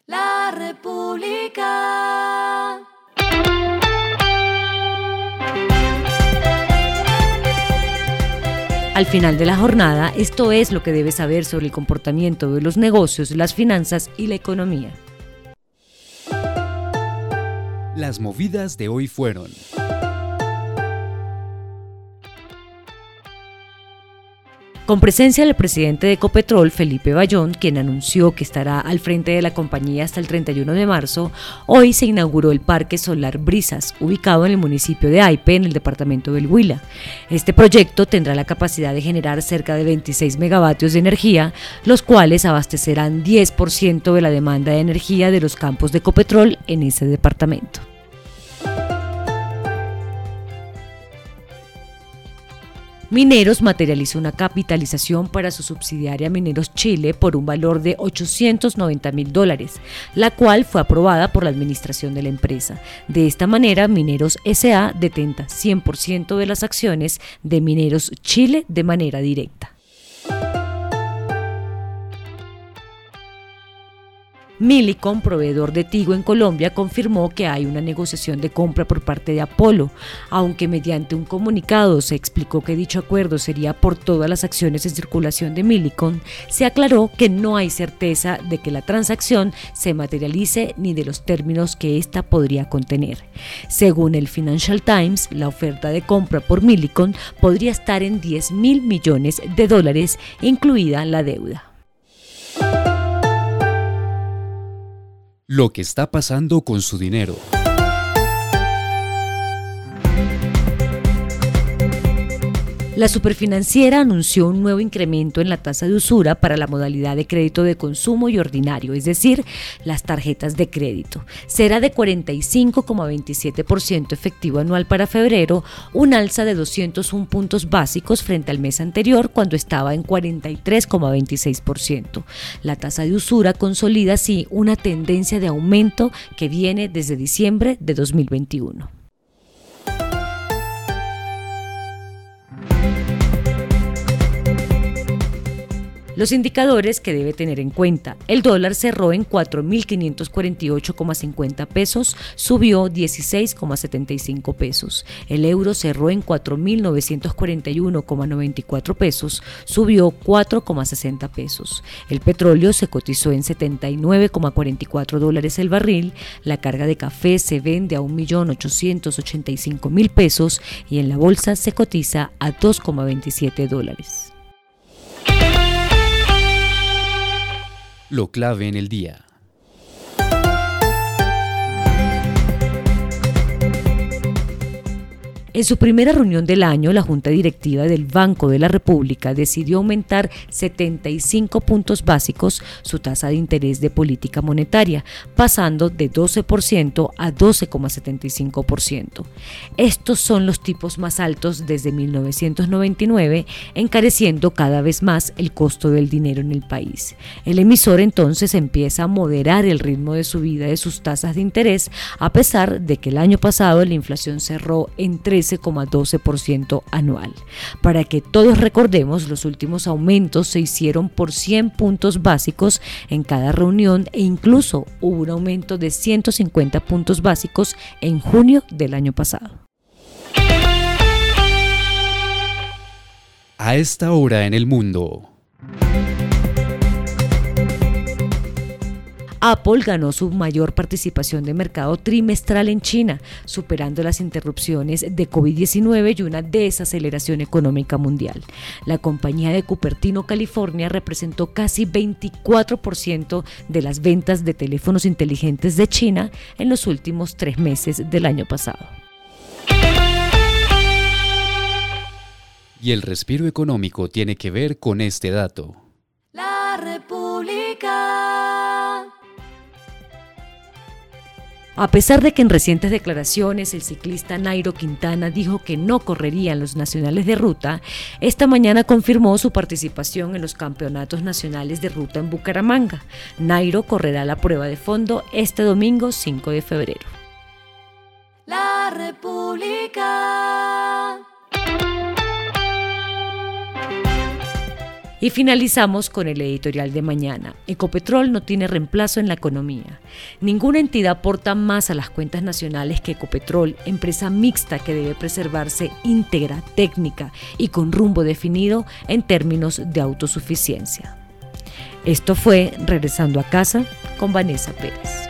La República. Al final de la jornada, esto es lo que debes saber sobre el comportamiento de los negocios, las finanzas y la economía. Las movidas de hoy fueron: con presencia del presidente de Ecopetrol, Felipe Bayón, quien anunció que estará al frente de la compañía hasta el 31 de marzo, hoy se inauguró el Parque Solar Brisas, ubicado en el municipio de Aipe, en el departamento del Huila. Este proyecto tendrá la capacidad de generar cerca de 26 megavatios de energía, los cuales abastecerán 10% de la demanda de energía de los campos de Ecopetrol en ese departamento. Mineros materializó una capitalización para su subsidiaria Mineros Chile por un valor de $890.000, la cual fue aprobada por la administración de la empresa. De esta manera, Mineros S.A. detenta 100% de las acciones de Mineros Chile de manera directa. Millicom, proveedor de Tigo en Colombia, confirmó que hay una negociación de compra por parte de Apolo, aunque mediante un comunicado se explicó que dicho acuerdo sería por todas las acciones en circulación de Millicom. Se aclaró que no hay certeza de que la transacción se materialice ni de los términos que ésta podría contener. Según el Financial Times, la oferta de compra por Millicom podría estar en $10.000 millones, incluida la deuda. lo que está pasando con su dinero. La Superfinanciera anunció un nuevo incremento en la tasa de usura para la modalidad de crédito de consumo y ordinario, es decir, las tarjetas de crédito. Será de 45,27% efectivo anual para febrero, un alza de 201 puntos básicos frente al mes anterior, cuando estaba en 43,26%. La tasa de usura consolida así una tendencia de aumento que viene desde diciembre de 2021. Los indicadores que debe tener en cuenta: el dólar cerró en 4.548,50 pesos, subió 16,75 pesos. El euro cerró en 4.941,94 pesos, subió 4,60 pesos. El petróleo se cotizó en $79,44 el barril. La carga de café se vende a 1.885.000 pesos y en la bolsa se cotiza a $2,27. Lo clave en el día. En su primera reunión del año, la Junta Directiva del Banco de la República decidió aumentar 75 puntos básicos su tasa de interés de política monetaria, pasando de 12% a 12,75%. Estos son los tipos más altos desde 1999, encareciendo cada vez más el costo del dinero en el país. El emisor entonces empieza a moderar el ritmo de subida de sus tasas de interés, a pesar de que el año pasado la inflación cerró en 13,12% anual. Para que todos recordemos, los últimos aumentos se hicieron por 100 puntos básicos en cada reunión e incluso hubo un aumento de 150 puntos básicos en junio del año pasado. A esta hora en el mundo. Apple ganó su mayor participación de mercado trimestral en China, superando las interrupciones de COVID-19 y una desaceleración económica mundial. La compañía de Cupertino, California, representó casi 24% de las ventas de teléfonos inteligentes de China en los últimos 3 meses del año pasado. Y el respiro económico tiene que ver con este dato. La República. A pesar de que en recientes declaraciones el ciclista Nairo Quintana dijo que no correría en los nacionales de ruta, esta mañana confirmó su participación en los campeonatos nacionales de ruta en Bucaramanga. Nairo correrá la prueba de fondo este domingo 5 de febrero. La República. Y finalizamos con el editorial de mañana. Ecopetrol no tiene reemplazo en la economía. Ninguna entidad aporta más a las cuentas nacionales que Ecopetrol, empresa mixta que debe preservarse íntegra, técnica y con rumbo definido en términos de autosuficiencia. Esto fue Regresando a Casa con Vanessa Pérez.